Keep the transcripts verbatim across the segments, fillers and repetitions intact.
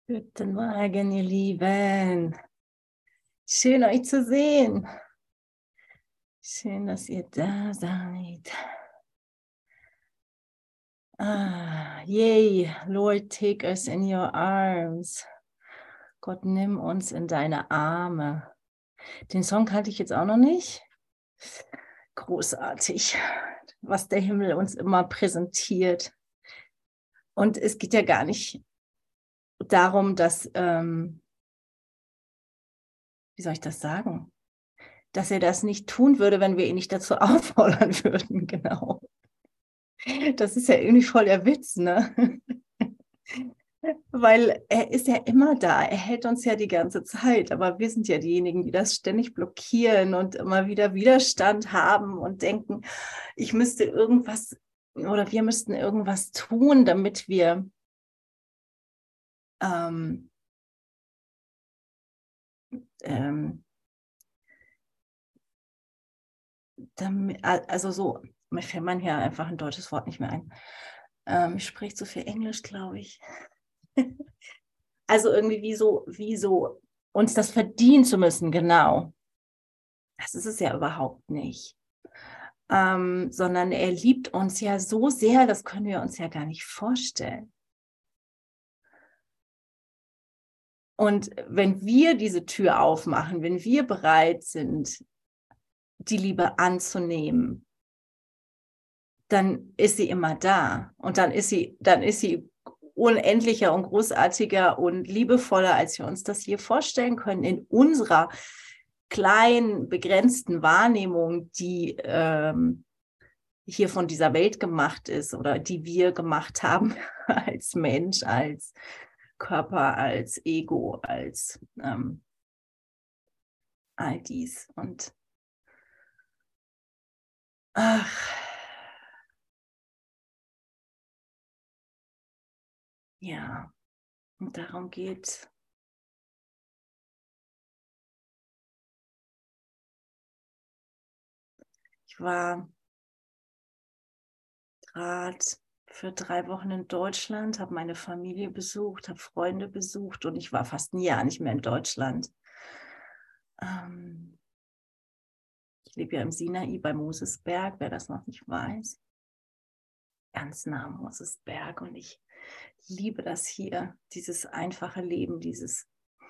Guten Morgen, ihr Lieben. Schön, euch zu sehen. Schön, dass ihr da seid. Ah, yay, Lord, take us in your arms. Gott, nimm uns in deine Arme. Den Song kannte ich jetzt auch noch nicht. Großartig, was der Himmel uns immer präsentiert. Und es geht ja gar nicht darum, dass, ähm, wie soll ich das sagen? Dass er das nicht tun würde, wenn wir ihn nicht dazu auffordern würden, genau. Das ist ja irgendwie voll der Witz, ne? Weil er ist ja immer da. Er hält uns ja die ganze Zeit, aber wir sind ja diejenigen, die das ständig blockieren und immer wieder Widerstand haben und denken, ich müsste irgendwas oder wir müssten irgendwas tun, damit wir ähm, ähm, damit, also so, mir fällt man hier einfach ein deutsches Wort nicht mehr ein. Ähm, ich spreche zu viel Englisch, glaube ich. Also irgendwie wie so, wie so uns das verdienen zu müssen, genau. Das ist es ja überhaupt nicht. Ähm, sondern er liebt uns ja so sehr, das können wir uns ja gar nicht vorstellen. Und wenn wir diese Tür aufmachen, wenn wir bereit sind, die Liebe anzunehmen, dann ist sie immer da. Und dann ist sie, dann ist sie unendlicher und großartiger und liebevoller, als wir uns das hier vorstellen können, in unserer kleinen, begrenzten Wahrnehmung, die ähm, hier von dieser Welt gemacht ist oder die wir gemacht haben als Mensch, als Körper, als Ego, als ähm, all dies. Und ach, ja, und darum geht. Ich war gerade für drei Wochen in Deutschland, habe meine Familie besucht, habe Freunde besucht und ich war fast ein Jahr nicht mehr in Deutschland. Ähm, ich lebe ja im Sinai bei Mosesberg, wer das noch nicht weiß. Ganz nah am Mosesberg und ich liebe das hier, dieses einfache Leben, dieses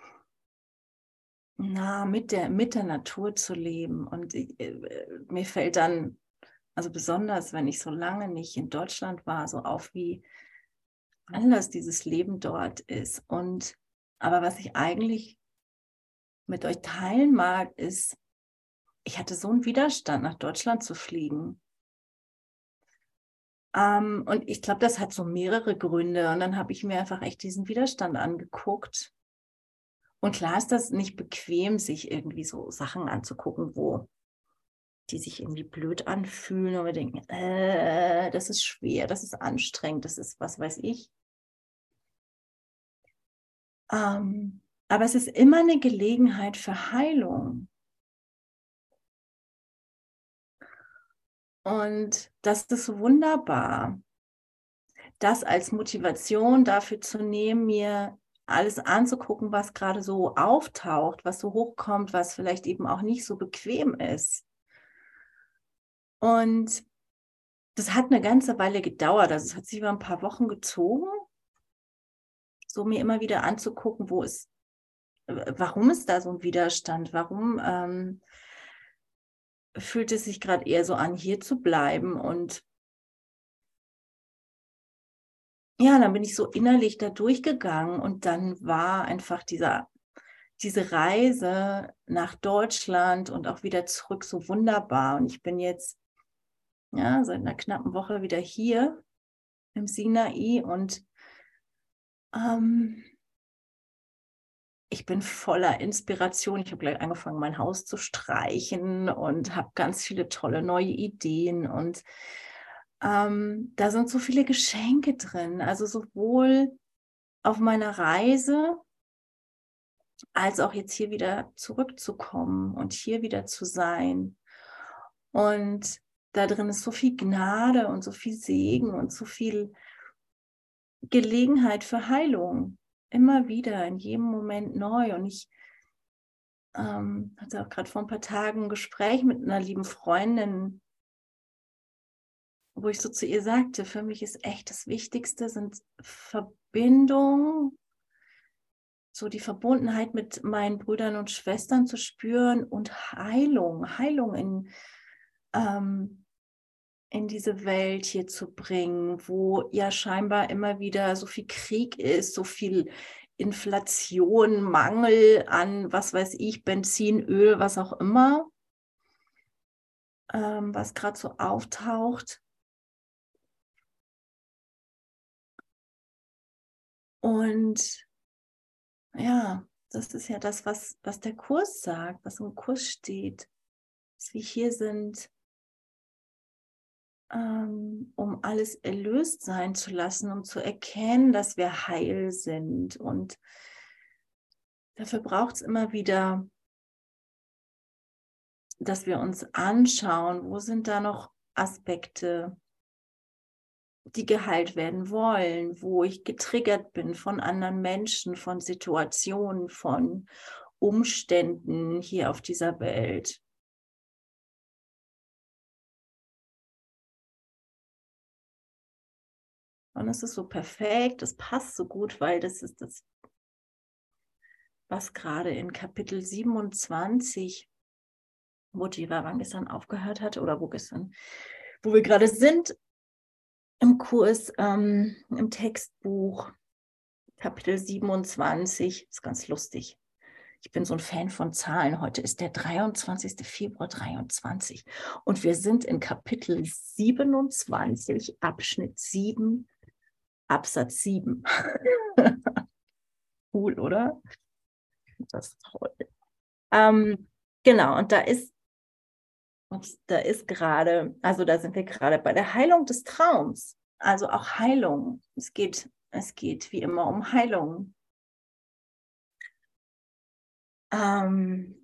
na, mit der, mit der Natur zu leben. Und ich, äh, mir fällt dann, also besonders, wenn ich so lange nicht in Deutschland war, so auf, wie anders dieses Leben dort ist. Und aber was ich eigentlich mit euch teilen mag, ist, ich hatte so einen Widerstand, nach Deutschland zu fliegen. Ähm, und ich glaube, das hat so mehrere Gründe. Und dann habe ich mir einfach echt diesen Widerstand angeguckt. Und klar ist das nicht bequem, sich irgendwie so Sachen anzugucken, wo die sich irgendwie blöd anfühlen und wir denken, äh, das ist schwer, das ist anstrengend, das ist was weiß ich. Ähm, aber es ist immer eine Gelegenheit für Heilung. Und das ist wunderbar, das als Motivation dafür zu nehmen, mir alles anzugucken, was gerade so auftaucht, was so hochkommt, was vielleicht eben auch nicht so bequem ist. Und das hat eine ganze Weile gedauert, also es hat sich über ein paar Wochen gezogen, so mir immer wieder anzugucken, wo ist, warum ist da so ein Widerstand, warum ähm, fühlt es sich gerade eher so an, hier zu bleiben und ja, dann bin ich so innerlich da durchgegangen und dann war einfach dieser, diese Reise nach Deutschland und auch wieder zurück so wunderbar und ich bin jetzt ja, seit einer knappen Woche wieder hier im Sinai und ähm, ich bin voller Inspiration. Ich habe gleich angefangen, mein Haus zu streichen und habe ganz viele tolle neue Ideen. Und ähm, da sind so viele Geschenke drin. Also sowohl auf meiner Reise als auch jetzt hier wieder zurückzukommen und hier wieder zu sein. Und da drin ist so viel Gnade und so viel Segen und so viel Gelegenheit für Heilung. Immer wieder, in jedem Moment neu. Und ich ähm, hatte auch gerade vor ein paar Tagen ein Gespräch mit einer lieben Freundin, wo ich so zu ihr sagte, für mich ist echt das Wichtigste, sind Verbindung, so die Verbundenheit mit meinen Brüdern und Schwestern zu spüren und Heilung, Heilung in, ähm, in diese Welt hier zu bringen, wo ja scheinbar immer wieder so viel Krieg ist, so viel Inflation, Mangel an, was weiß ich, Benzin, Öl, was auch immer, ähm, was gerade so auftaucht. Und ja, das ist ja das, was, was der Kurs sagt, was im Kurs steht, dass wir hier sind, ähm, um alles erlöst sein zu lassen, um zu erkennen, dass wir heil sind. Und dafür braucht es immer wieder, dass wir uns anschauen, wo sind da noch Aspekte, die geheilt werden wollen, wo ich getriggert bin von anderen Menschen, von Situationen, von Umständen hier auf dieser Welt. Und es ist so perfekt, es passt so gut, weil das ist das, was gerade in Kapitel siebenundzwanzig, wo Jiva gestern aufgehört hatte, oder wo gestern, wo wir gerade sind im Kurs, ähm, im Textbuch, Kapitel siebenundzwanzig, ist ganz lustig. Ich bin so ein Fan von Zahlen. Heute ist der dreiundzwanzigster Februar dreiundzwanzig und wir sind in Kapitel siebenundzwanzig, Abschnitt sieben, Absatz sieben. Cool, oder? Das ist toll. Ähm, genau, und da ist, und da ist gerade, also da sind wir gerade bei der Heilung des Traums. Also auch Heilung. Es geht, es geht wie immer um Heilung. Ähm,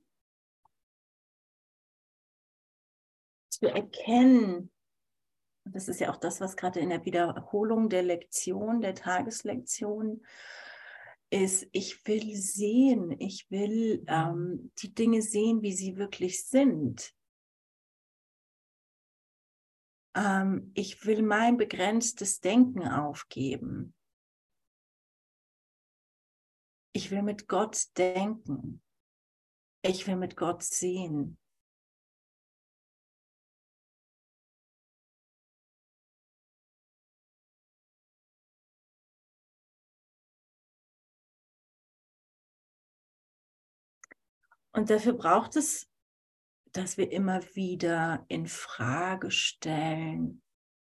zu erkennen, das ist ja auch das, was gerade in der Wiederholung der Lektion, der Tageslektion ist, ich will sehen, ich will ähm, die Dinge sehen, wie sie wirklich sind. Ähm, ich will mein begrenztes Denken aufgeben. Ich will mit Gott denken. Ich will mit Gott sehen. Und dafür braucht es, dass wir immer wieder in Frage stellen,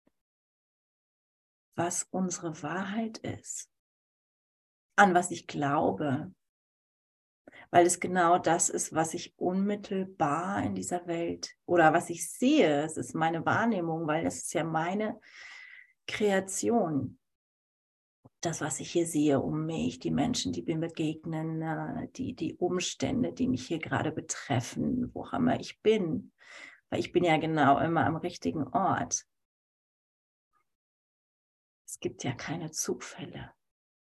was unsere Wahrheit ist, an was ich glaube, weil es genau das ist, was ich unmittelbar in dieser Welt oder was ich sehe. Es ist meine Wahrnehmung, weil das ist ja meine Kreation. Das, was ich hier sehe um mich, die Menschen, die mir begegnen, die, die Umstände, die mich hier gerade betreffen, wo auch immer ich bin. Weil ich bin ja genau immer am richtigen Ort. Es gibt ja keine Zufälle.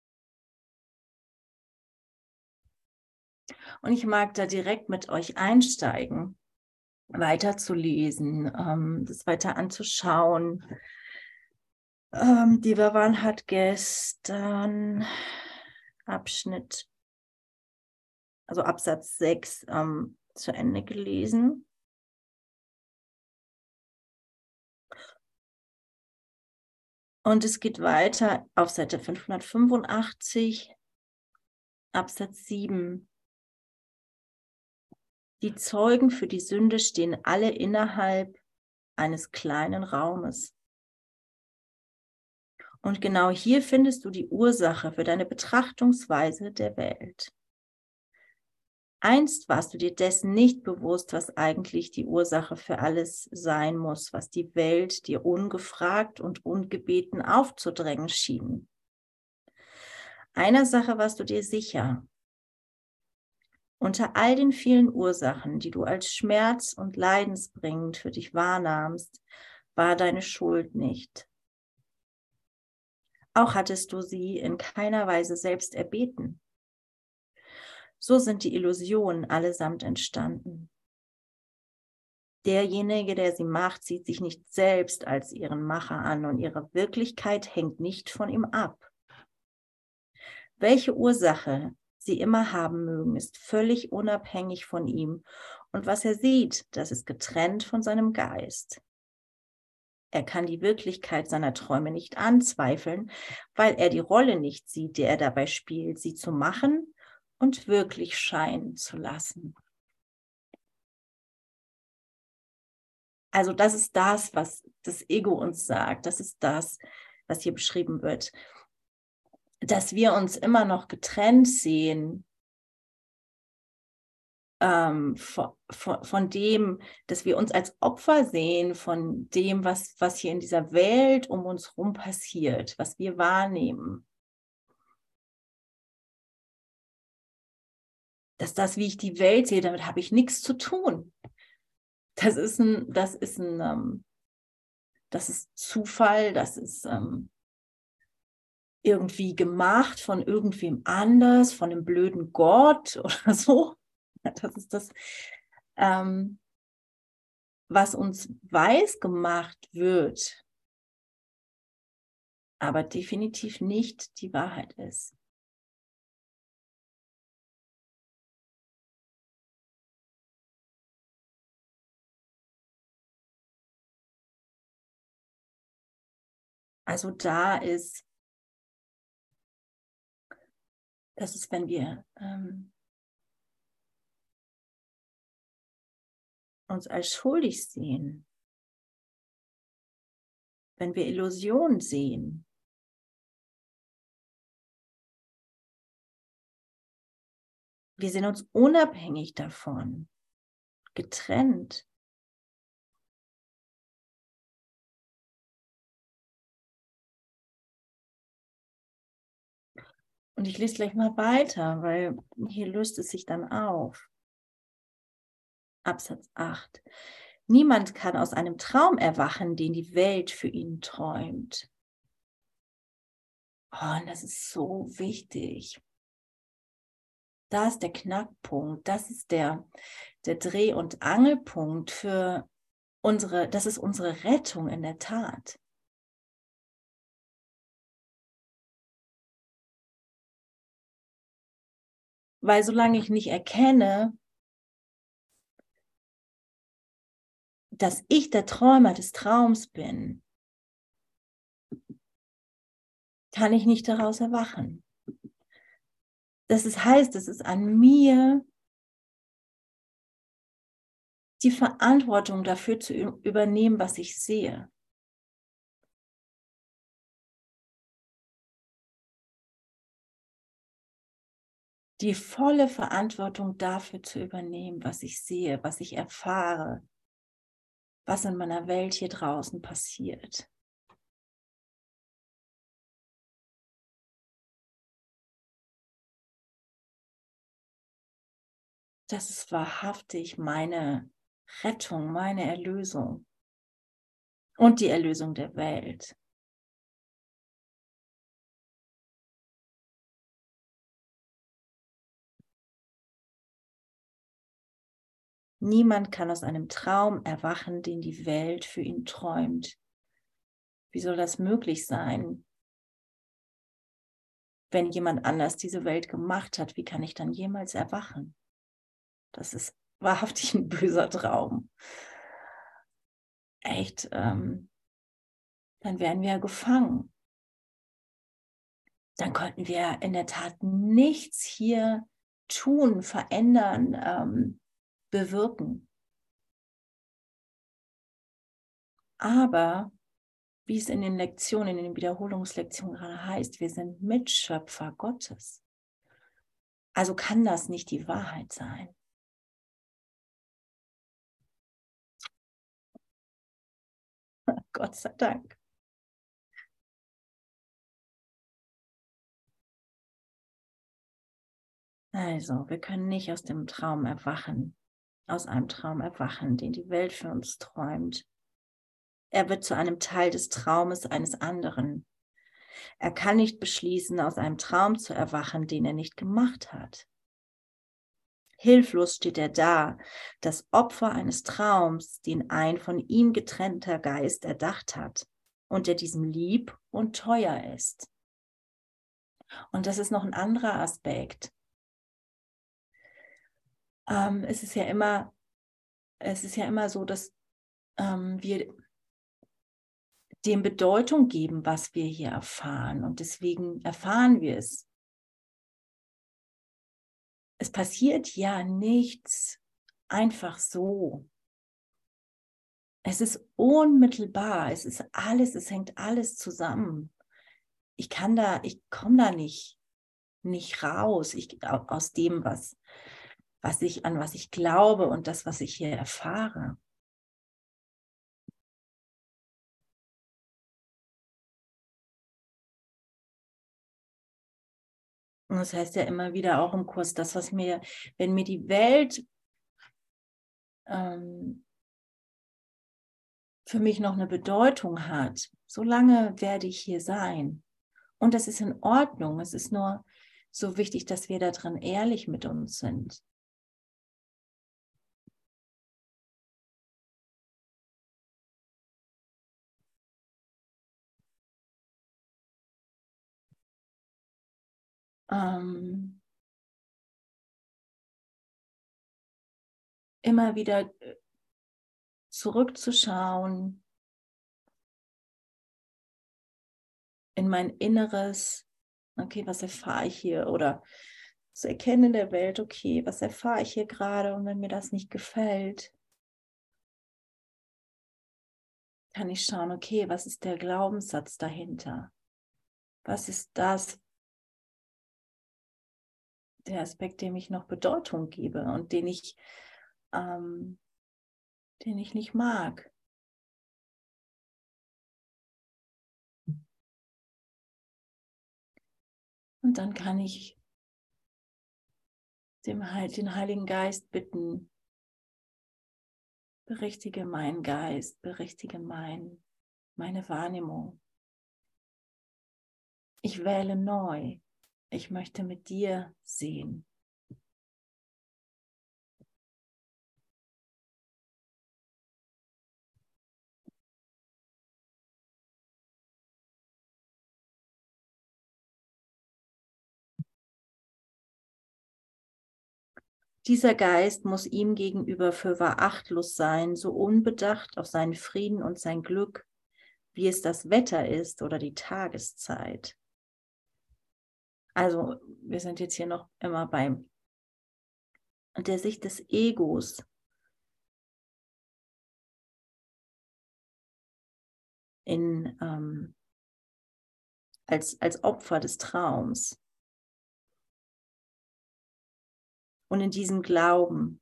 Und ich mag da direkt mit euch einsteigen, weiterzulesen, ähm, das weiter anzuschauen. Ähm, die Vavan hat gestern Abschnitt, also Absatz sechs ähm, zu Ende gelesen. Und es geht weiter auf Seite fünfhundertfünfundachtzig, Absatz sieben. Die Zeugen für die Sünde stehen alle innerhalb eines kleinen Raumes. Und genau hier findest du die Ursache für deine Betrachtungsweise der Welt. Einst warst du dir dessen nicht bewusst, was eigentlich die Ursache für alles sein muss, was die Welt dir ungefragt und ungebeten aufzudrängen schien. Einer Sache warst du dir sicher. Unter all den vielen Ursachen, die du als schmerz- und leidensbringend für dich wahrnahmst, war deine Schuld nicht. Auch hattest du sie in keiner Weise selbst erbeten. So sind die Illusionen allesamt entstanden. Derjenige, der sie macht, sieht sich nicht selbst als ihren Macher an und ihre Wirklichkeit hängt nicht von ihm ab. Welche Ursache sie immer haben mögen, ist völlig unabhängig von ihm und was er sieht, das ist getrennt von seinem Geist. Er kann die Wirklichkeit seiner Träume nicht anzweifeln, weil er die Rolle nicht sieht, die er dabei spielt, sie zu machen und wirklich scheinen zu lassen. Also das ist das, was das Ego uns sagt. Das ist das, was hier beschrieben wird. Dass wir uns immer noch getrennt sehen ähm, von, von, von dem, dass wir uns als Opfer sehen, von dem, was, was hier in dieser Welt um uns herum passiert, was wir wahrnehmen. Dass das, wie ich die Welt sehe, damit habe ich nichts zu tun. Das ist ein, das ist ein, ähm, das ist Zufall, das ist ähm, irgendwie gemacht von irgendwem anders, von einem blöden Gott oder so. Das ist das, ähm, was uns weiß gemacht wird, aber definitiv nicht die Wahrheit ist. Also da ist, das ist, wenn wir ähm, uns als schuldig sehen, wenn wir Illusionen sehen, wir sehen uns unabhängig davon, getrennt. Und ich lese gleich mal weiter, weil hier löst es sich dann auf. Absatz acht. Niemand kann aus einem Traum erwachen, den die Welt für ihn träumt. Oh, und das ist so wichtig. Da ist der Knackpunkt, das ist der, der Dreh- und Angelpunkt für unsere, das ist unsere Rettung in der Tat. Weil solange ich nicht erkenne, dass ich der Träumer des Traums bin, kann ich nicht daraus erwachen. Das ist, heißt, es ist an mir, die Verantwortung dafür zu übernehmen, was ich sehe. Die volle Verantwortung dafür zu übernehmen, was ich sehe, was ich erfahre, was in meiner Welt hier draußen passiert. Das ist wahrhaftig meine Rettung, meine Erlösung und die Erlösung der Welt. Niemand kann aus einem Traum erwachen, den die Welt für ihn träumt. Wie soll das möglich sein? Wenn jemand anders diese Welt gemacht hat, wie kann ich dann jemals erwachen? Das ist wahrhaftig ein böser Traum. Echt, ähm, dann wären wir gefangen. Dann könnten wir in der Tat nichts hier tun, verändern, ähm, bewirken. Aber, wie es in den Lektionen, in den Wiederholungslektionen gerade heißt, wir sind Mitschöpfer Gottes. Also kann das nicht die Wahrheit sein. Gott sei Dank. Also, wir können nicht aus dem Traum erwachen, aus einem Traum erwachen, den die Welt für uns träumt. Er wird zu einem Teil des Traumes eines anderen. Er kann nicht beschließen, aus einem Traum zu erwachen, den er nicht gemacht hat. Hilflos steht er da, das Opfer eines Traums, den ein von ihm getrennter Geist erdacht hat und der diesem lieb und teuer ist. Und das ist noch ein anderer Aspekt. Ähm, es ist ja immer, es ist ja immer so, dass ähm, wir dem Bedeutung geben, was wir hier erfahren. Und deswegen erfahren wir es. Es passiert ja nichts einfach so. Es ist unmittelbar. Es ist alles, es hängt alles zusammen. Ich kann da, ich komme da nicht, nicht raus. Ich, aus dem, was, was ich, an was ich glaube und das, was ich hier erfahre. Und das heißt ja immer wieder auch im Kurs, das, was mir, wenn mir die Welt ähm, für mich noch eine Bedeutung hat, solange werde ich hier sein. Und das ist in Ordnung. Es ist nur so wichtig, dass wir da drin ehrlich mit uns sind. Ähm, immer wieder zurückzuschauen in mein Inneres. Okay, was erfahre ich hier? Oder zu erkennen in der Welt, okay, was erfahre ich hier gerade? Und wenn mir das nicht gefällt, kann ich schauen, okay, was ist der Glaubenssatz dahinter? Was ist das, der Aspekt, dem ich noch Bedeutung gebe und den ich, ähm, den ich nicht mag? Und dann kann ich dem, den Heiligen Geist bitten, berichtige meinen Geist, berichtige mein, meine Wahrnehmung. Ich wähle neu. Ich möchte mit dir sehen. Dieser Geist muss ihm gegenüber fürwahr achtlos sein, so unbedacht auf seinen Frieden und sein Glück, wie es das Wetter ist oder die Tageszeit. Also wir sind jetzt hier noch immer beim der Sicht des Egos. In, ähm, als, als Opfer des Traums. Und in diesem Glauben,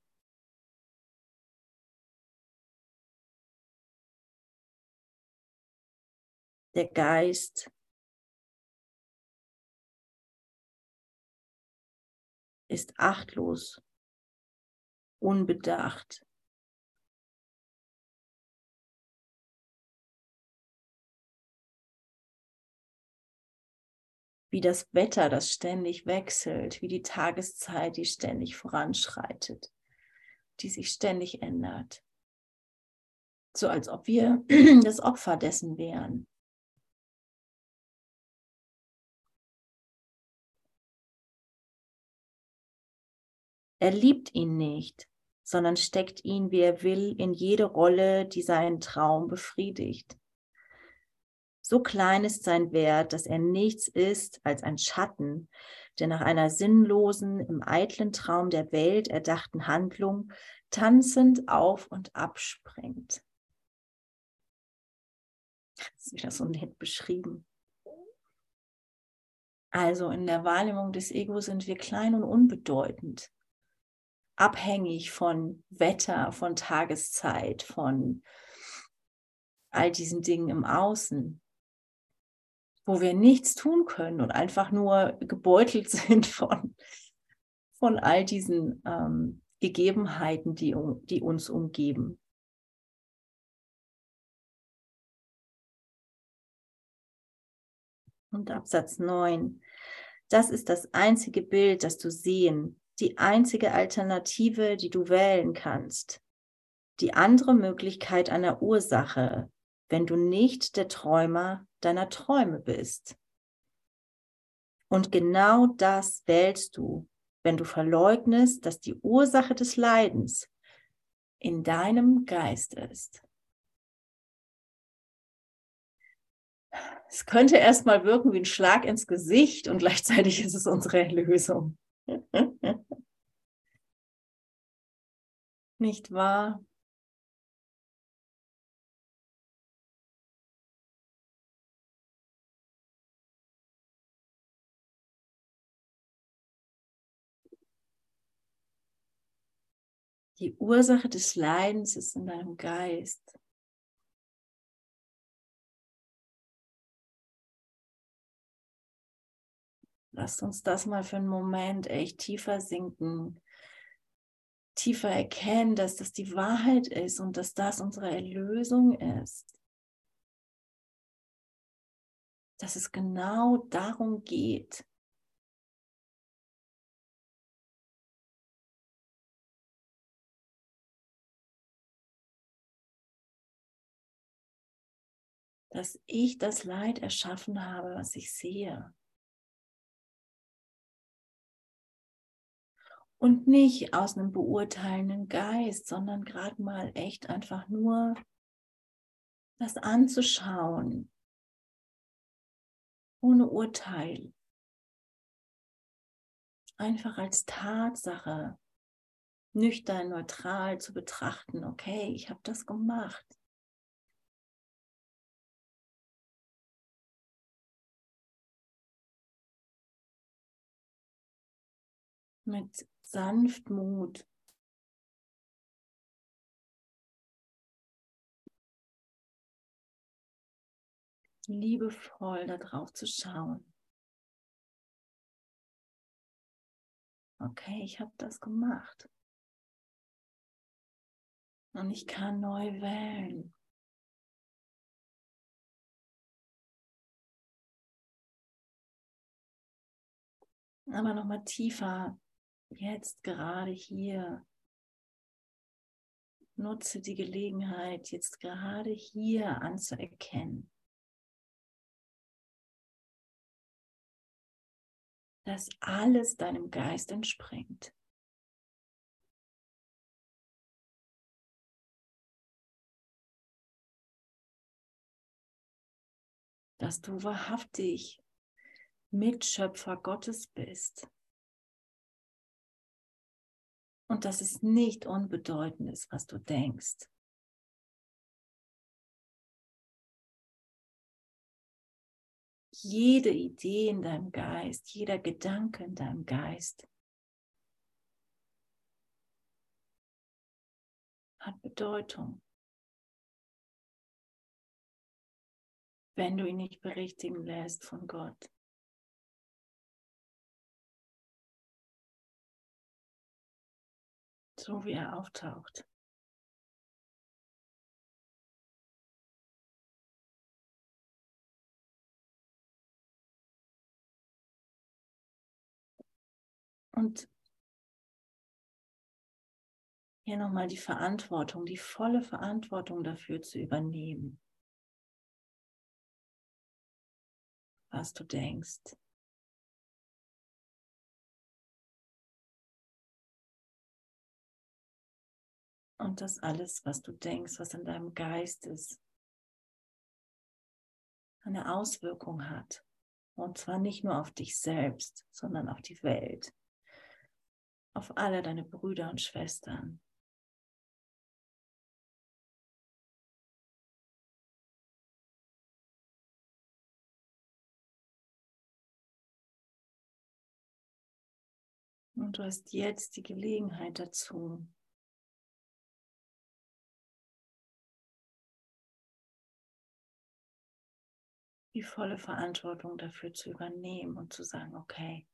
der Geist ist achtlos, unbedacht. Wie das Wetter, das ständig wechselt, wie die Tageszeit, die ständig voranschreitet, die sich ständig ändert. So als ob wir das Opfer dessen wären. Er liebt ihn nicht, sondern steckt ihn, wie er will, in jede Rolle, die seinen Traum befriedigt. So klein ist sein Wert, dass er nichts ist als ein Schatten, der nach einer sinnlosen, im eitlen Traum der Welt erdachten Handlung tanzend auf und ab springt. Das ist wieder so nett beschrieben. Also in der Wahrnehmung des Egos sind wir klein und unbedeutend, abhängig von Wetter, von Tageszeit, von all diesen Dingen im Außen, wo wir nichts tun können und einfach nur gebeutelt sind von, von all diesen ähm, Gegebenheiten, die, die uns umgeben. Und Absatz neun. Das ist das einzige Bild, das du sehen, die einzige Alternative, die du wählen kannst. Die andere Möglichkeit einer Ursache, wenn du nicht der Träumer deiner Träume bist. Und genau das wählst du, wenn du verleugnest, dass die Ursache des Leidens in deinem Geist ist. Es könnte erstmal wirken wie ein Schlag ins Gesicht und gleichzeitig ist es unsere Erlösung. Nicht wahr? Die Ursache des Leidens ist in deinem Geist. Lasst uns das mal für einen Moment echt tiefer sinken, tiefer erkennen, dass das die Wahrheit ist und dass das unsere Erlösung ist. Dass es genau darum geht. Dass ich das Leid erschaffen habe, was ich sehe. Und nicht aus einem beurteilenden Geist, sondern gerade mal echt einfach nur das anzuschauen, ohne Urteil. Einfach als Tatsache, nüchtern, neutral zu betrachten, okay, ich habe das gemacht. Mit Sanftmut. Liebevoll darauf zu schauen. Okay, ich habe das gemacht. Und ich kann neu wählen. Aber nochmal tiefer, jetzt gerade hier. Nutze die Gelegenheit, jetzt gerade hier anzuerkennen, dass alles deinem Geist entspringt. Dass du wahrhaftig Mitschöpfer Gottes bist. Und dass es nicht unbedeutend ist, was du denkst. Jede Idee in deinem Geist, jeder Gedanke in deinem Geist hat Bedeutung. Wenn du ihn nicht berichtigen lässt von Gott. So wie er auftaucht. Und hier nochmal die Verantwortung, die volle Verantwortung dafür zu übernehmen, was du denkst. Und dass alles, was du denkst, was in deinem Geist ist, eine Auswirkung hat. Und zwar nicht nur auf dich selbst, sondern auf die Welt. Auf alle deine Brüder und Schwestern. Und du hast jetzt die Gelegenheit dazu, die volle Verantwortung dafür zu übernehmen und zu sagen, okay,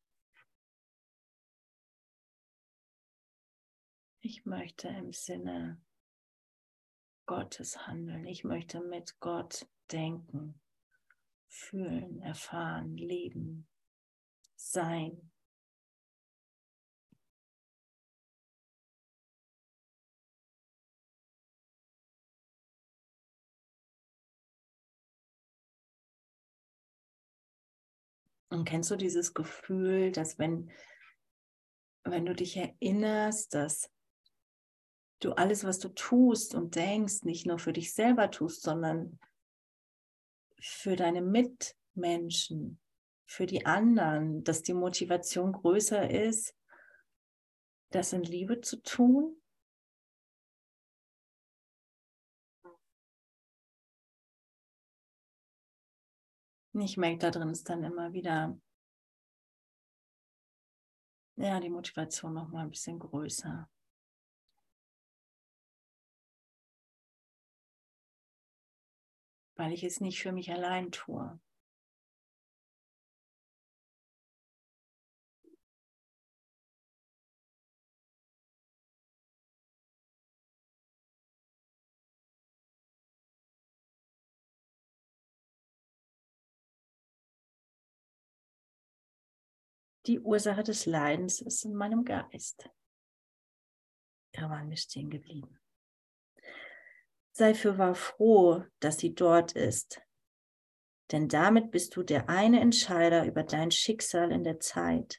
ich möchte im Sinne Gottes handeln. Ich möchte mit Gott denken, fühlen, erfahren, leben, sein. Und kennst du dieses Gefühl, dass wenn, wenn du dich erinnerst, dass du alles, was du tust und denkst, nicht nur für dich selber tust, sondern für deine Mitmenschen, für die anderen, dass die Motivation größer ist, das in Liebe zu tun? Ich merke, da drin ist dann immer wieder, ja, die Motivation noch mal ein bisschen größer. Weil ich es nicht für mich allein tue. Die Ursache des Leidens ist in meinem Geist. Da waren wir stehen geblieben. Sei fürwahr froh, dass sie dort ist, denn damit bist du der eine Entscheider über dein Schicksal in der Zeit.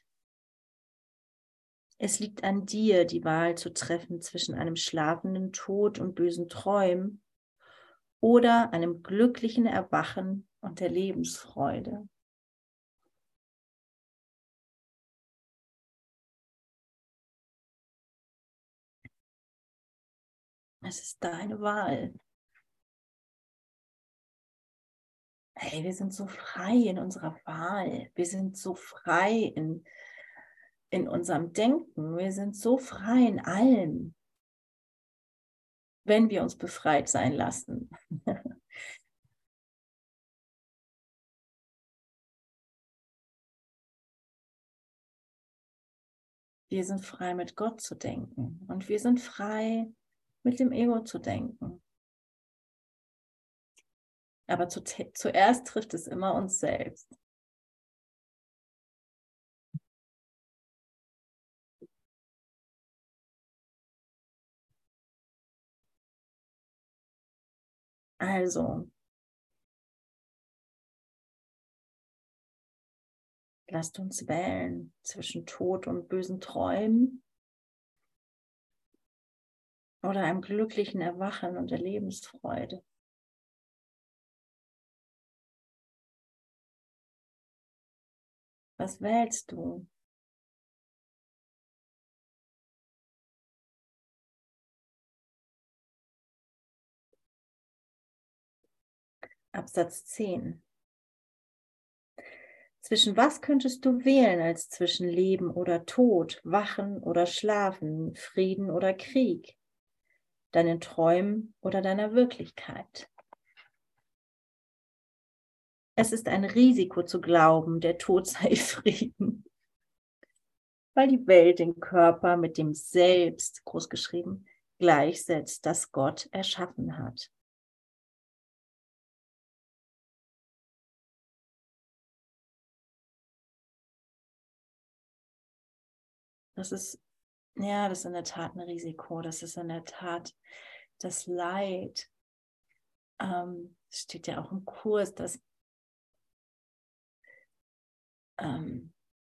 Es liegt an dir, die Wahl zu treffen zwischen einem schlafenden Tod und bösen Träumen oder einem glücklichen Erwachen und der Lebensfreude. Es ist deine Wahl. Hey, wir sind so frei in unserer Wahl. Wir sind so frei in, in unserem Denken. Wir sind so frei in allem, wenn wir uns befreit sein lassen. Wir sind frei, mit Gott zu denken. Und wir sind frei, mit dem Ego zu denken. Aber zu, zuerst trifft es immer uns selbst. Also, lasst uns wählen zwischen Tod und bösen Träumen oder einem glücklichen Erwachen und der Lebensfreude. Was wählst du? Absatz zehn. Zwischen was könntest du wählen als zwischen Leben oder Tod, Wachen oder Schlafen, Frieden oder Krieg, deinen Träumen oder deiner Wirklichkeit? Es ist ein Risiko zu glauben, der Tod sei Frieden, weil die Welt den Körper mit dem Selbst, großgeschrieben, gleichsetzt, das Gott erschaffen hat. Das ist, ja, das ist in der Tat ein Risiko. Das ist in der Tat das Leid. Ähm, steht ja auch im Kurs, dass ähm,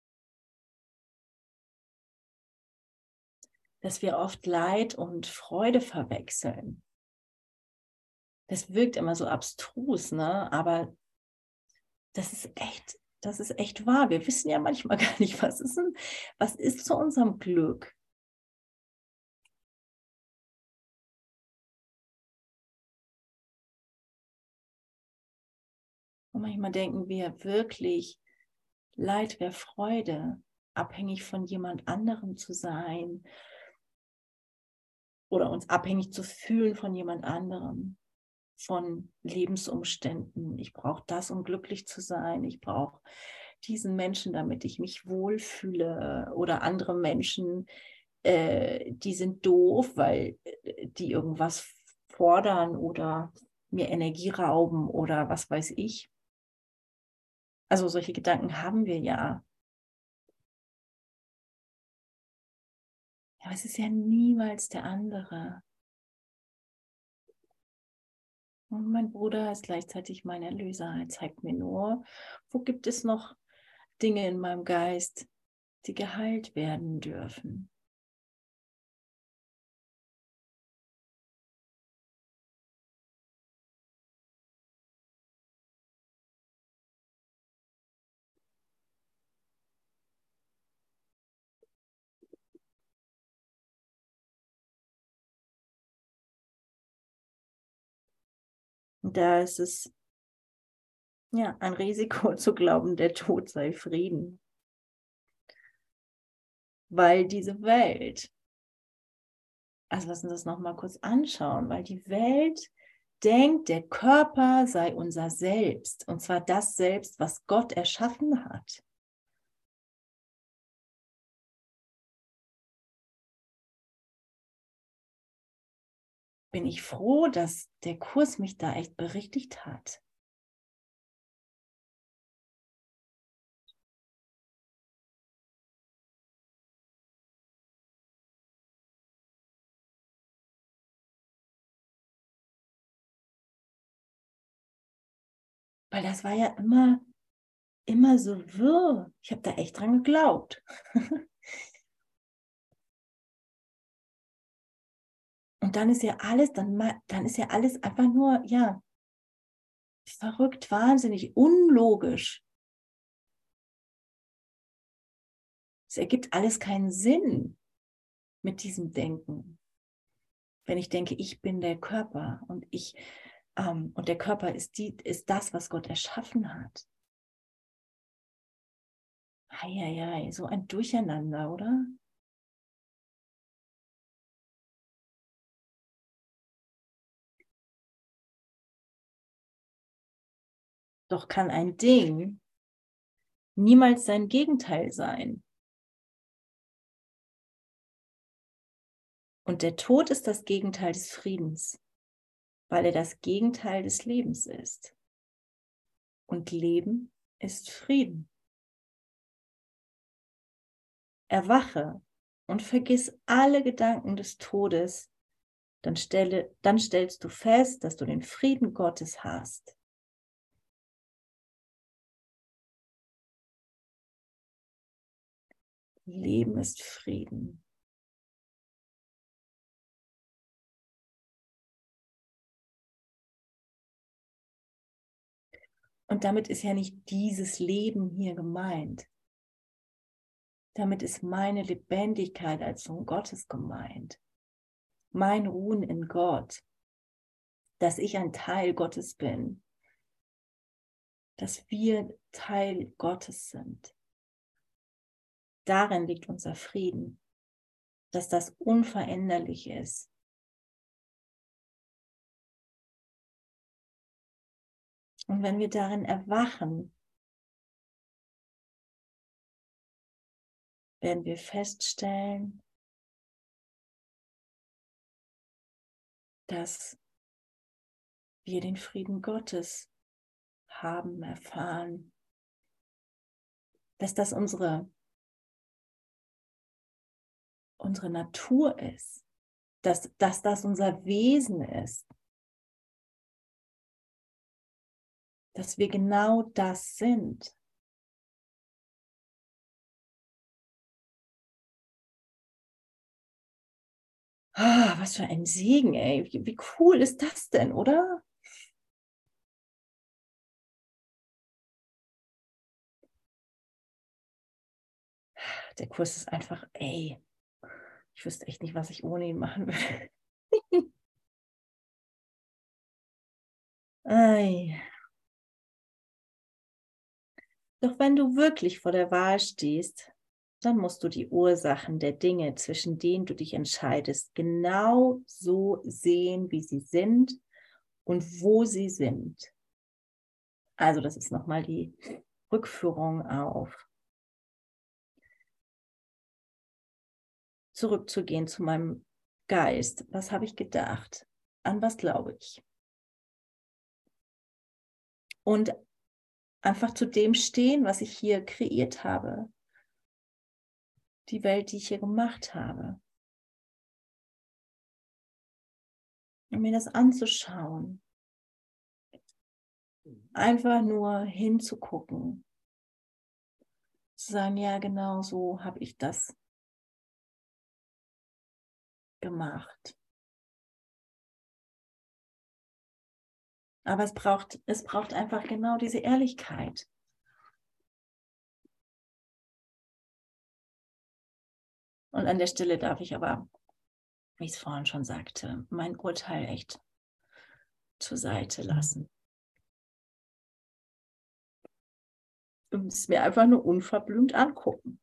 dass wir oft Leid und Freude verwechseln. Das wirkt immer so abstrus, ne? Aber das ist echt, das ist echt wahr. Wir wissen ja manchmal gar nicht, was ist denn, was ist zu unserem Glück? Und manchmal denken wir wirklich, Leid wäre Freude, abhängig von jemand anderem zu sein oder uns abhängig zu fühlen von jemand anderem, von Lebensumständen. Ich brauche das, um glücklich zu sein. Ich brauche diesen Menschen, damit ich mich wohlfühle, oder andere Menschen, äh, die sind doof, weil äh, die irgendwas fordern oder mir Energie rauben oder was weiß ich. Also solche Gedanken haben wir ja. Aber es ist ja niemals der andere. Und mein Bruder ist gleichzeitig mein Erlöser. Er zeigt mir nur, wo gibt es noch Dinge in meinem Geist, die geheilt werden dürfen. Und da ist es ja ein Risiko zu glauben, der Tod sei Frieden. Weil diese Welt, also lassen Sie das nochmal kurz anschauen, weil die Welt denkt, der Körper sei unser Selbst. Und zwar das Selbst, was Gott erschaffen hat. Bin ich froh, dass der Kurs mich da echt berichtigt hat. Weil das war ja immer, immer so wirr. Ich habe da echt dran geglaubt. Und dann ist ja alles, dann, dann ist ja alles einfach nur, ja, verrückt, wahnsinnig, unlogisch. Es ergibt alles keinen Sinn mit diesem Denken. Wenn ich denke, ich bin der Körper und ich ähm, und der Körper ist, die, ist das, was Gott erschaffen hat. Eieiei, so ein Durcheinander, oder? Doch kann ein Ding niemals sein Gegenteil sein. Und der Tod ist das Gegenteil des Friedens, weil er das Gegenteil des Lebens ist. Und Leben ist Frieden. Erwache und vergiss alle Gedanken des Todes, dann, stelle, dann stellst du fest, dass du den Frieden Gottes hast. Leben ist Frieden. Und damit ist ja nicht dieses Leben hier gemeint. Damit ist meine Lebendigkeit als Sohn Gottes gemeint. Mein Ruhen in Gott. Dass ich ein Teil Gottes bin. Dass wir Teil Gottes sind. Darin liegt unser Frieden. Dass das unveränderlich ist. Und wenn wir darin erwachen, werden wir feststellen, dass wir den Frieden Gottes haben, erfahren, dass das unsere, unsere Natur ist, dass, dass das unser Wesen ist, dass wir genau das sind. Ah, was für ein Segen, ey. Wie, wie cool ist das denn, oder? Der Kurs ist einfach, ey, ich wüsste echt nicht, was ich ohne ihn machen würde. Ei. Doch wenn du wirklich vor der Wahl stehst, dann musst du die Ursachen der Dinge, zwischen denen du dich entscheidest, genau so sehen, wie sie sind und wo sie sind. Also das ist nochmal die Rückführung auf. Zurückzugehen zu meinem Geist. Was habe ich gedacht? An was glaube ich? Und einfach zu dem stehen, was ich hier kreiert habe. Die Welt, die ich hier gemacht habe. Und mir das anzuschauen. Einfach nur hinzugucken. Zu sagen, ja, genau so habe ich das gemacht. Aber es braucht, es braucht einfach genau diese Ehrlichkeit. Und an der Stelle darf ich aber, wie ich es vorhin schon sagte, mein Urteil echt zur Seite lassen. Und es mir einfach nur unverblümt angucken.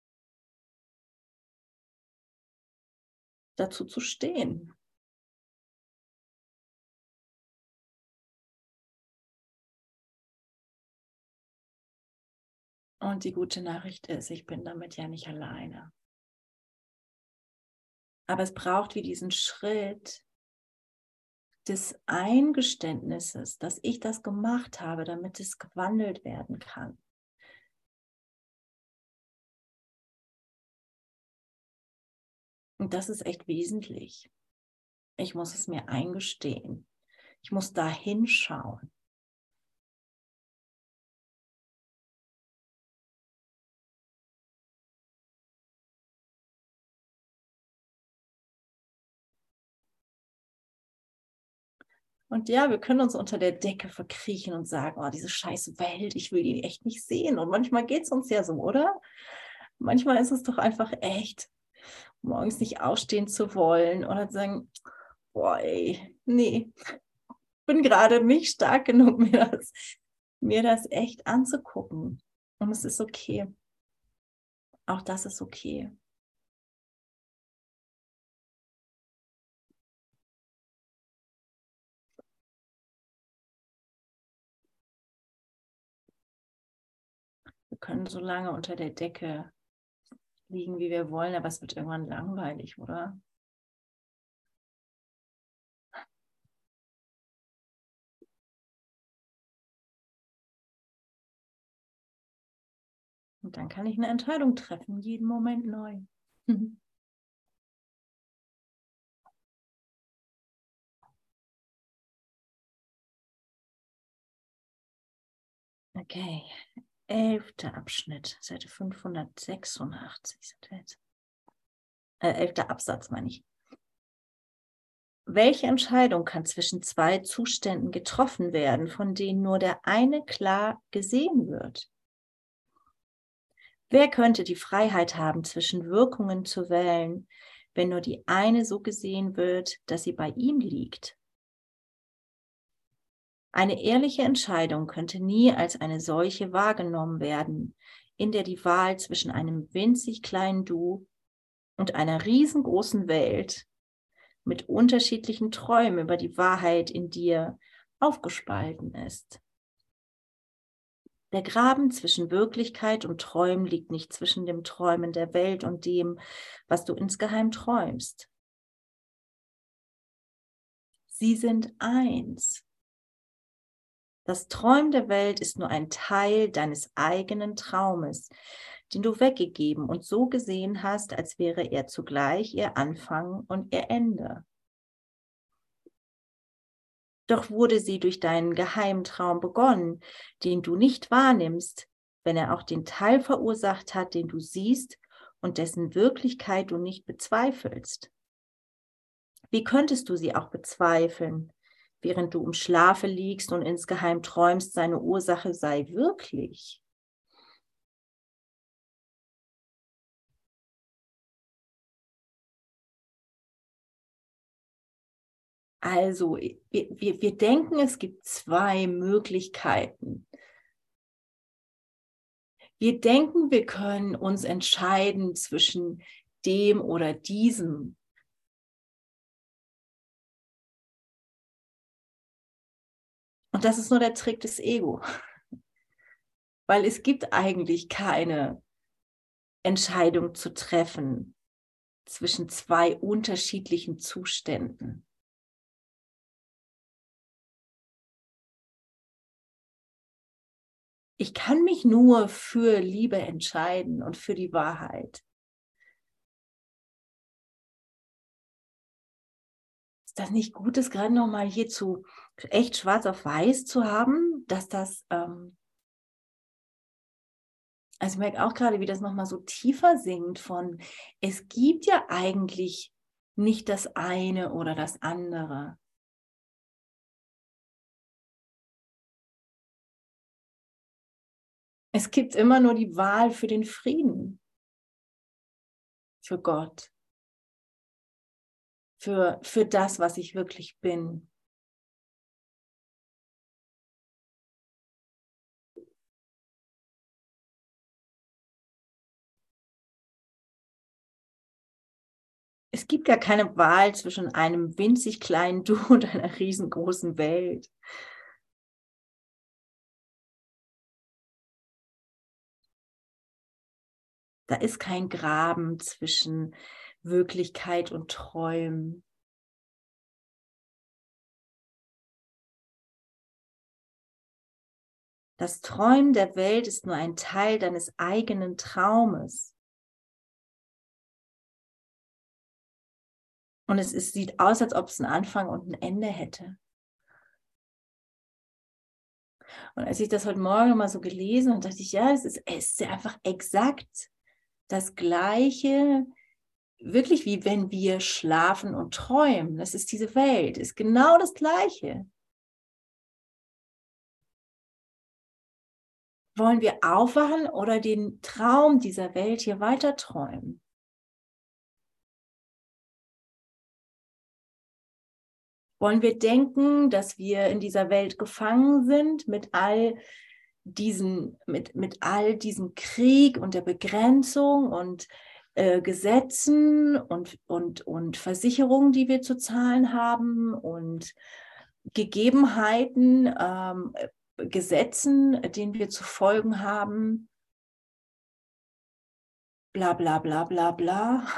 Dazu zu stehen. Und die gute Nachricht ist, ich bin damit ja nicht alleine. Aber es braucht wie diesen Schritt des Eingeständnisses, dass ich das gemacht habe, damit es gewandelt werden kann. Und das ist echt wesentlich. Ich muss es mir eingestehen. Ich muss da hinschauen. Und ja, wir können uns unter der Decke verkriechen und sagen, oh, diese scheiß Welt, ich will die echt nicht sehen. Und manchmal geht es uns ja so, oder? Manchmal ist es doch einfach echt, morgens nicht aufstehen zu wollen oder zu sagen, boah, ey, nee, ich bin gerade nicht stark genug, mir das, mir das echt anzugucken. Und es ist okay. Auch das ist okay. Wir können so lange unter der Decke liegen, wie wir wollen, aber es wird irgendwann langweilig, oder? Und dann kann ich eine Entscheidung treffen, jeden Moment neu. Okay, elfter Abschnitt, Seite fünfhundertsechsundachtzig. Äh, elfter Absatz meine ich. Welche Entscheidung kann zwischen zwei Zuständen getroffen werden, von denen nur der eine klar gesehen wird? Wer könnte die Freiheit haben, zwischen Wirkungen zu wählen, wenn nur die eine so gesehen wird, dass sie bei ihm liegt? Eine ehrliche Entscheidung könnte nie als eine solche wahrgenommen werden, in der die Wahl zwischen einem winzig kleinen Du und einer riesengroßen Welt mit unterschiedlichen Träumen über die Wahrheit in dir aufgespalten ist. Der Graben zwischen Wirklichkeit und Träumen liegt nicht zwischen dem Träumen der Welt und dem, was du insgeheim träumst. Sie sind eins. Das Träumen der Welt ist nur ein Teil deines eigenen Traumes, den du weggegeben und so gesehen hast, als wäre er zugleich ihr Anfang und ihr Ende. Doch wurde sie durch deinen geheimen Traum begonnen, den du nicht wahrnimmst, wenn er auch den Teil verursacht hat, den du siehst und dessen Wirklichkeit du nicht bezweifelst. Wie könntest du sie auch bezweifeln, während du im Schlafe liegst und insgeheim träumst, seine Ursache sei wirklich? Also, wir, wir, wir denken, es gibt zwei Möglichkeiten. Wir denken, wir können uns entscheiden zwischen dem oder diesem. Und das ist nur der Trick des Ego. Weil es gibt eigentlich keine Entscheidung zu treffen zwischen zwei unterschiedlichen Zuständen. Ich kann mich nur für Liebe entscheiden und für die Wahrheit. Ist das nicht gut, das gerade nochmal hier zu echt schwarz auf weiß zu haben, dass das, ähm, also ich merke auch gerade, wie das nochmal so tiefer sinkt von, es gibt ja eigentlich nicht das eine oder das andere. Es gibt immer nur die Wahl für den Frieden, für Gott, für, für das, was ich wirklich bin. Es gibt gar keine Wahl zwischen einem winzig kleinen Du und einer riesengroßen Welt. Da ist kein Graben zwischen Wirklichkeit und Träumen. Das Träumen der Welt ist nur ein Teil deines eigenen Traumes. Und es ist, sieht aus, als ob es einen Anfang und ein Ende hätte. Und als ich das heute Morgen mal so gelesen habe, dachte ich, ja, es ist, es ist einfach exakt das Gleiche, wirklich wie wenn wir schlafen und träumen. Das ist diese Welt, ist genau das Gleiche. Wollen wir aufwachen oder den Traum dieser Welt hier weiter träumen? Wollen wir denken, dass wir in dieser Welt gefangen sind mit all diesen, mit, mit all diesem Krieg und der Begrenzung und äh, Gesetzen und, und, und Versicherungen, die wir zu zahlen haben und Gegebenheiten, ähm, Gesetzen, denen wir zu folgen haben, bla bla bla bla bla.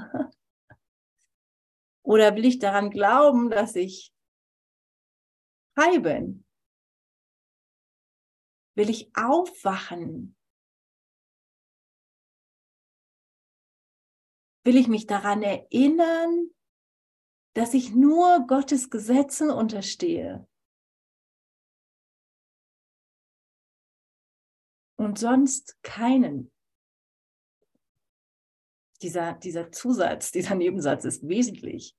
Oder will ich daran glauben, dass ich frei bin? Will ich aufwachen? Will ich mich daran erinnern, dass ich nur Gottes Gesetzen unterstehe und sonst keinen? Dieser, dieser Zusatz, dieser Nebensatz ist wesentlich.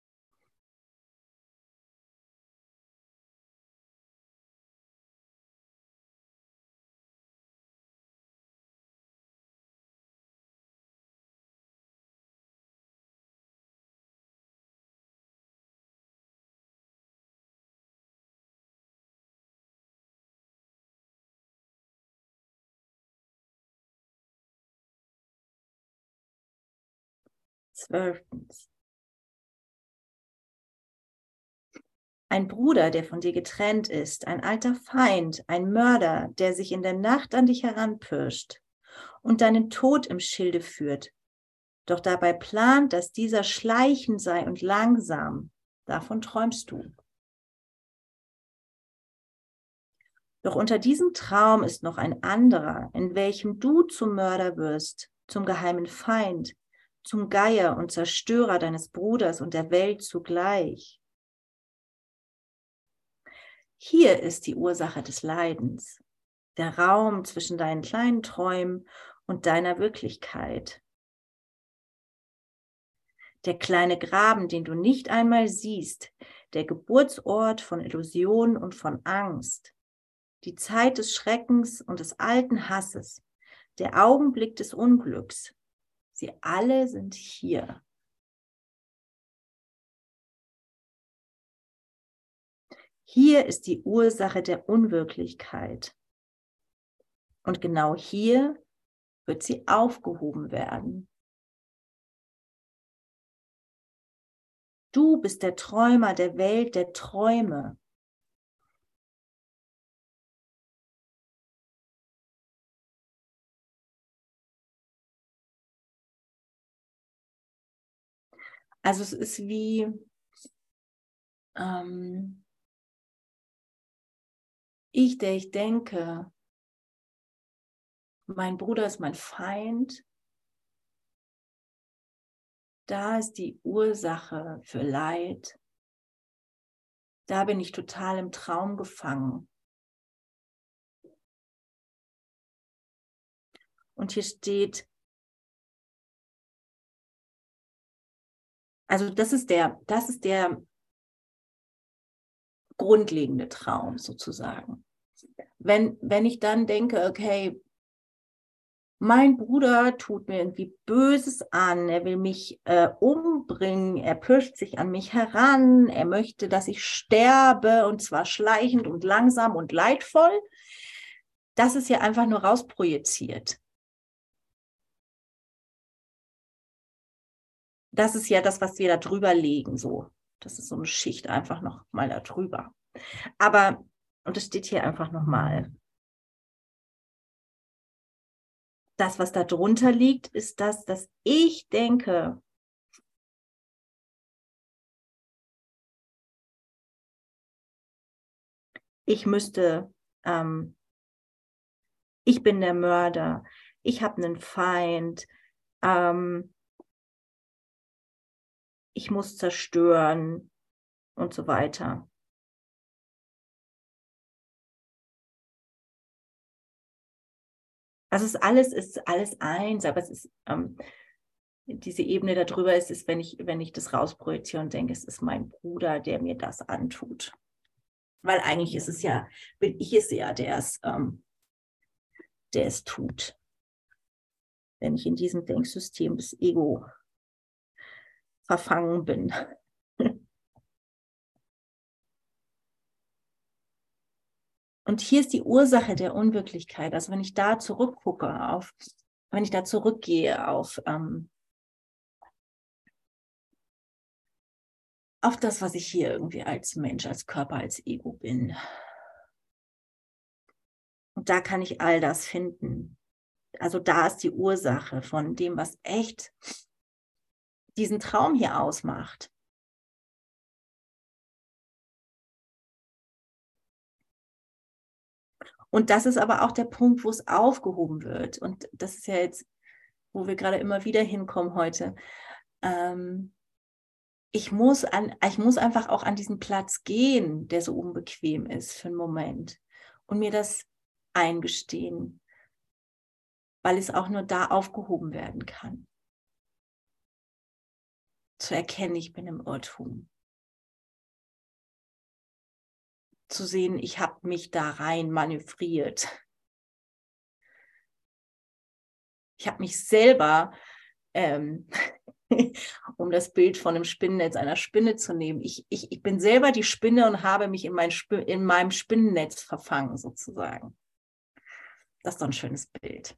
Zwölftens. Ein Bruder, der von dir getrennt ist, ein alter Feind, ein Mörder, der sich in der Nacht an dich heranpirscht und deinen Tod im Schilde führt, doch dabei plant, dass dieser schleichend sei und langsam. Davon träumst du. Doch unter diesem Traum ist noch ein anderer, in welchem du zum Mörder wirst, zum geheimen Feind, zum Geier und Zerstörer deines Bruders und der Welt zugleich. Hier ist die Ursache des Leidens, der Raum zwischen deinen kleinen Träumen und deiner Wirklichkeit. Der kleine Graben, den du nicht einmal siehst, der Geburtsort von Illusion und von Angst, die Zeit des Schreckens und des alten Hasses, der Augenblick des Unglücks. Sie alle sind hier. Hier ist die Ursache der Unwirklichkeit. Und genau hier wird sie aufgehoben werden. Du bist der Träumer der Welt der Träume. Also es ist wie, ähm, ich, der ich denke, mein Bruder ist mein Feind. Da ist die Ursache für Leid. Da bin ich total im Traum gefangen. Und hier steht, also das ist der, das ist der grundlegende Traum sozusagen. Wenn, wenn ich dann denke, okay, mein Bruder tut mir irgendwie Böses an, er will mich äh, umbringen, er pirscht sich an mich heran, er möchte, dass ich sterbe und zwar schleichend und langsam und leidvoll. Das ist ja einfach nur rausprojiziert. Das ist ja das, was wir da drüber legen, so. Das ist so eine Schicht einfach noch mal da drüber. Aber, und das steht hier einfach nochmal, das, was da drunter liegt, ist das, dass ich denke, ich müsste, ähm, ich bin der Mörder, ich habe einen Feind, ähm, ich muss zerstören und so weiter. Also es ist alles, ist alles eins, aber es ist, ähm, diese Ebene darüber ist, ist, wenn ich, wenn ich das rausprojiziere und denke, es ist mein Bruder, der mir das antut. Weil eigentlich ist es ja, bin ich es ja, der es, ähm, der es tut. Wenn ich in diesem Denksystem des Ego verfangen bin. Und hier ist die Ursache der Unwirklichkeit. Also wenn ich da zurückgucke, auf, wenn ich da zurückgehe auf, ähm, auf das, was ich hier irgendwie als Mensch, als Körper, als Ego bin. Und da kann ich all das finden. Also da ist die Ursache von dem, was echt diesen Traum hier ausmacht. Und das ist aber auch der Punkt, wo es aufgehoben wird. Und das ist ja jetzt, wo wir gerade immer wieder hinkommen heute. Ähm, ich muss, an, ich muss einfach auch an diesen Platz gehen, der so unbequem ist für einen Moment. Und mir das eingestehen, weil es auch nur da aufgehoben werden kann. Zu erkennen, ich bin im Irrtum. Zu sehen, ich habe mich da rein manövriert. Ich habe mich selber, ähm, um das Bild von einem Spinnennetz einer Spinne zu nehmen, ich, ich, ich bin selber die Spinne und habe mich in, mein Sp- in meinem Spinnennetz verfangen, sozusagen. Das ist doch ein schönes Bild.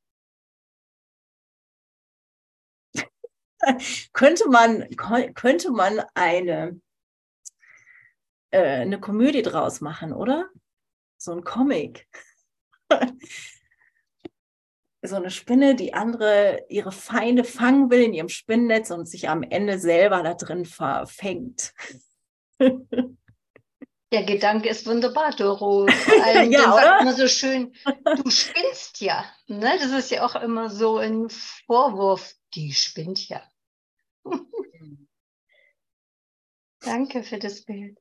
könnte man, könnte man eine, äh, eine Komödie draus machen, oder? So ein Comic. So eine Spinne, die andere, ihre Feinde fangen will in ihrem Spinnennetz und sich am Ende selber da drin verfängt. Der Gedanke ist wunderbar, Doro. Vor allem, dann Ja, sagt oder? man so schön, du spinnst ja. Ne? Das ist ja auch immer so ein Vorwurf, die spinnt ja. Danke für das Bild.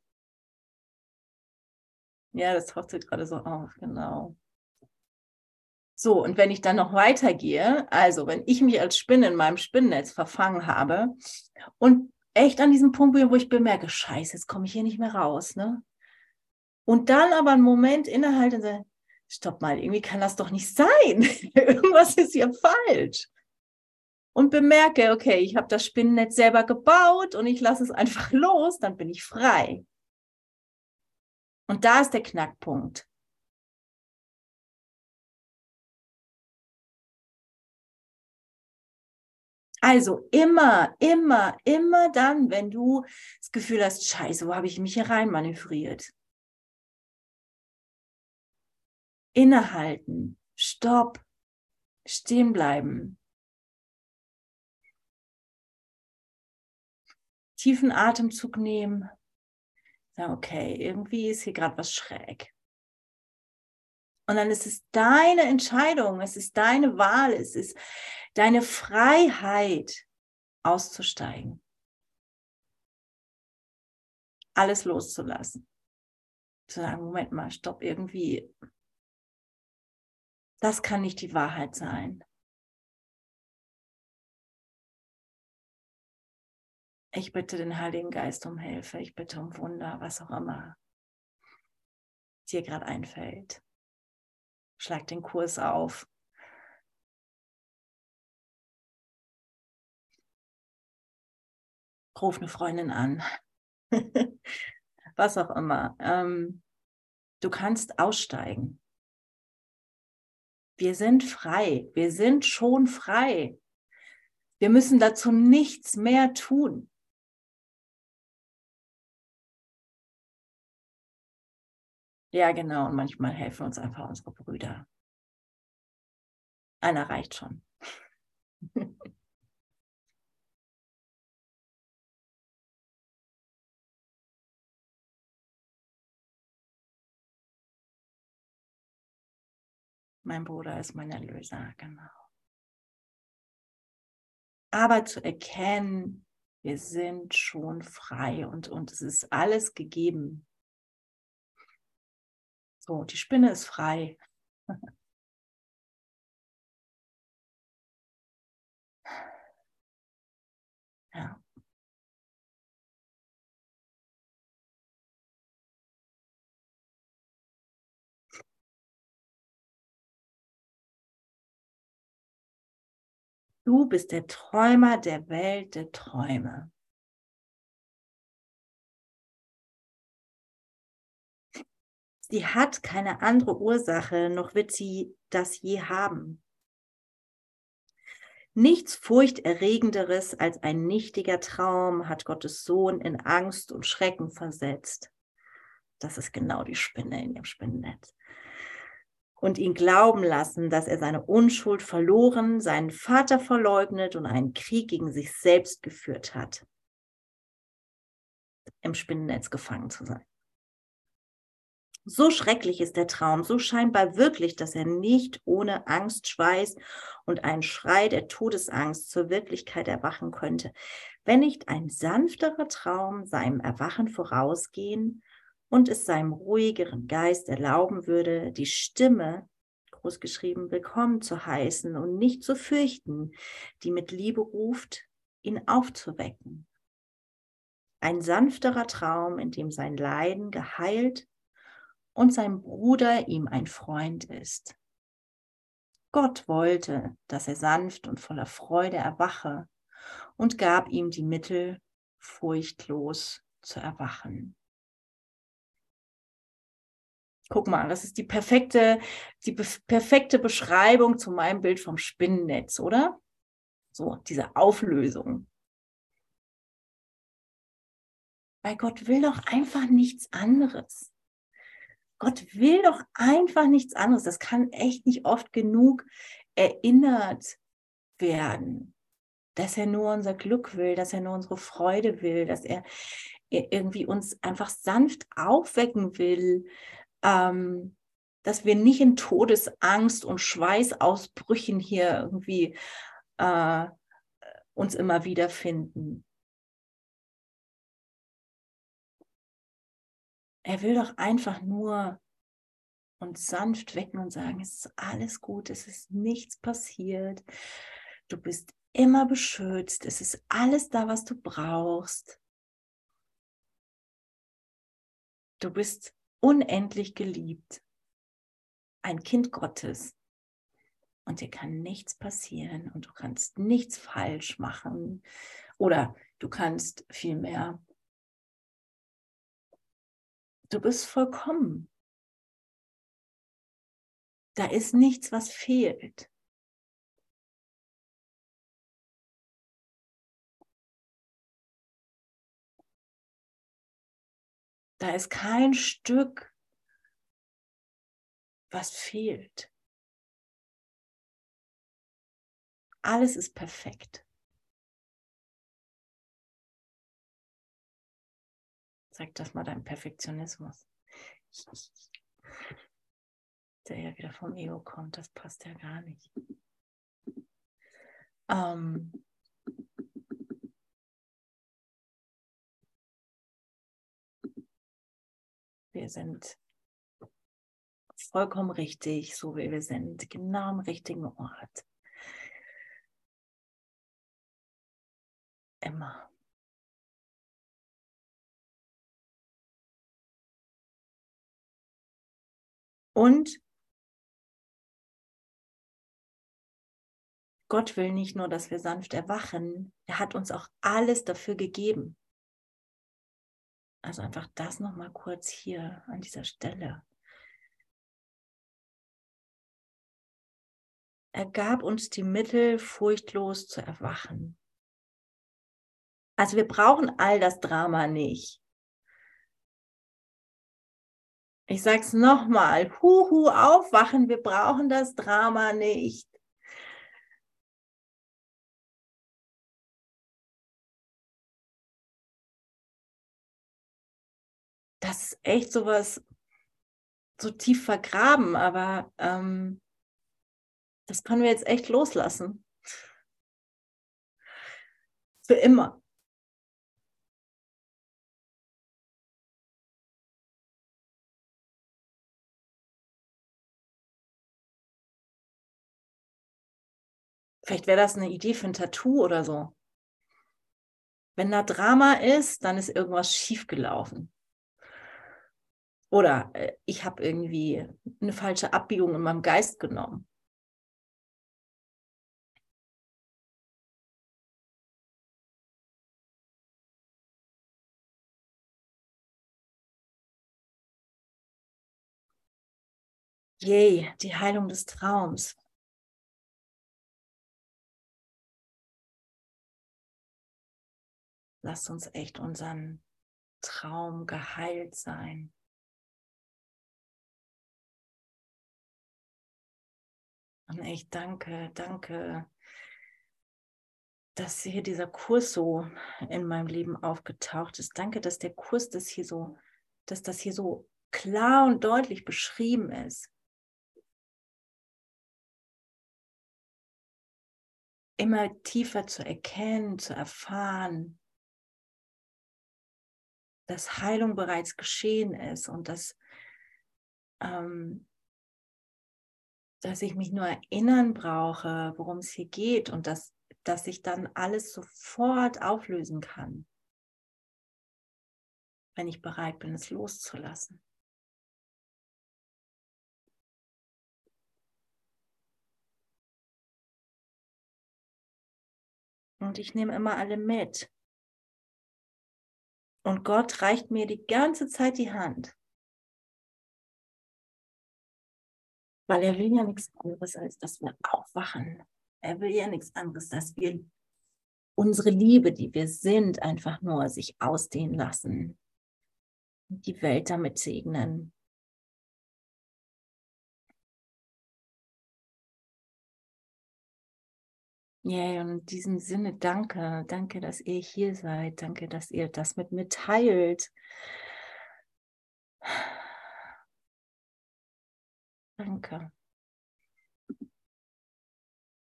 Ja, das tauchte gerade so auf, genau. So, und wenn ich dann noch weitergehe, also wenn ich mich als Spinne in meinem Spinnennetz verfangen habe und echt an diesem Punkt bin, wo ich bemerke, scheiße, jetzt komme ich hier nicht mehr raus, ne? Und dann aber einen Moment innehalte und sage, stopp mal, irgendwie kann das doch nicht sein. Irgendwas ist hier falsch. Und bemerke, okay, ich habe das Spinnennetz selber gebaut und ich lasse es einfach los, dann bin ich frei. Und da ist der Knackpunkt. Also immer, immer, immer dann, wenn du das Gefühl hast, scheiße, wo habe ich mich hier rein manövriert? Innehalten, stopp, stehen bleiben, tiefen Atemzug nehmen. Ja, okay, irgendwie ist hier gerade was schräg. Und dann ist es deine Entscheidung, es ist deine Wahl, es ist deine Freiheit, auszusteigen. Alles loszulassen. Zu sagen, Moment mal, stopp, irgendwie, das kann nicht die Wahrheit sein. Ich bitte den Heiligen Geist um Hilfe, ich bitte um Wunder, was auch immer dir gerade einfällt. Schlag den Kurs auf. Ruf eine Freundin an. Was auch immer. Ähm, du kannst aussteigen. Wir sind frei. Wir sind schon frei. Wir müssen dazu nichts mehr tun. Ja, genau. Und manchmal helfen uns einfach unsere Brüder. Einer reicht schon. Mein Bruder ist mein Erlöser, genau. Aber zu erkennen, wir sind schon frei und, und es ist alles gegeben. So, die Spinne ist frei. Ja. Du bist der Träumer der Welt der Träume. Sie hat keine andere Ursache, noch wird sie das je haben. Nichts Furchterregenderes als ein nichtiger Traum hat Gottes Sohn in Angst und Schrecken versetzt. Das ist genau die Spinne in dem Spinnennetz. Und ihn glauben lassen, dass er seine Unschuld verloren, seinen Vater verleugnet und einen Krieg gegen sich selbst geführt hat, im Spinnennetz gefangen zu sein. So schrecklich ist der Traum, so scheinbar wirklich, dass er nicht ohne Angst, Schweiß und einen Schrei der Todesangst zur Wirklichkeit erwachen könnte, wenn nicht ein sanfterer Traum seinem Erwachen vorausgehen und es seinem ruhigeren Geist erlauben würde, die Stimme, großgeschrieben, willkommen zu heißen und nicht zu fürchten, die mit Liebe ruft, ihn aufzuwecken. Ein sanfterer Traum, in dem sein Leiden geheilt und sein Bruder ihm ein Freund ist. Gott wollte, dass er sanft und voller Freude erwache und gab ihm die Mittel, furchtlos zu erwachen. Guck mal, das ist die perfekte, die perfekte Beschreibung zu meinem Bild vom Spinnennetz, oder? So, diese Auflösung. Weil Gott will doch einfach nichts anderes. Gott will doch einfach nichts anderes. Das kann echt nicht oft genug erinnert werden, dass er nur unser Glück will, dass er nur unsere Freude will, dass er irgendwie uns einfach sanft aufwecken will, ähm, dass wir nicht in Todesangst und Schweißausbrüchen hier irgendwie äh, uns immer wiederfinden. Er will doch einfach nur uns sanft wecken und sagen, es ist alles gut, es ist nichts passiert, du bist immer beschützt, es ist alles da, was du brauchst. Du bist unendlich geliebt, ein Kind Gottes und dir kann nichts passieren und du kannst nichts falsch machen oder du kannst vielmehr, du bist vollkommen. Da ist nichts, was fehlt. Da ist kein Stück, was fehlt. Alles ist perfekt. Zeig das mal deinem Perfektionismus. der ja wieder vom Ego kommt. Das passt ja gar nicht. Ähm, wir sind vollkommen richtig, so wie wir sind, genau am richtigen Ort. Immer. Und Gott will nicht nur, dass wir sanft erwachen, er hat uns auch alles dafür gegeben. Also einfach das nochmal kurz hier an dieser Stelle. Er gab uns die Mittel, furchtlos zu erwachen. Also wir brauchen all das Drama nicht. Ich sage es nochmal, huhu, aufwachen, wir brauchen das Drama nicht. Das ist echt sowas, so tief vergraben, aber ähm, das können wir jetzt echt loslassen. Für immer. Vielleicht wäre das eine Idee für ein Tattoo oder so. Wenn da Drama ist, dann ist irgendwas schiefgelaufen. Oder äh, ich habe irgendwie eine falsche Abbiegung in meinem Geist genommen. Yay, die Heilung des Traums. Lasst uns echt unseren Traum geheilt sein. Und echt danke, danke, dass hier dieser Kurs so in meinem Leben aufgetaucht ist. Danke, dass der Kurs das hier so, dass das hier so klar und deutlich beschrieben ist. Immer tiefer zu erkennen, zu erfahren, dass Heilung bereits geschehen ist und dass, ähm, dass ich mich nur erinnern brauche, worum es hier geht und dass, dass ich dann alles sofort auflösen kann, wenn ich bereit bin, es loszulassen. Und ich nehme immer alle mit. Und Gott reicht mir die ganze Zeit die Hand. Weil er will ja nichts anderes, als dass wir aufwachen. Er will ja nichts anderes, dass wir unsere Liebe, die wir sind, einfach nur sich ausdehnen lassen. Und die Welt damit segnen. Ja, yeah, und in diesem Sinne danke. Danke, dass ihr hier seid. Danke, dass ihr das mit mir teilt. Danke.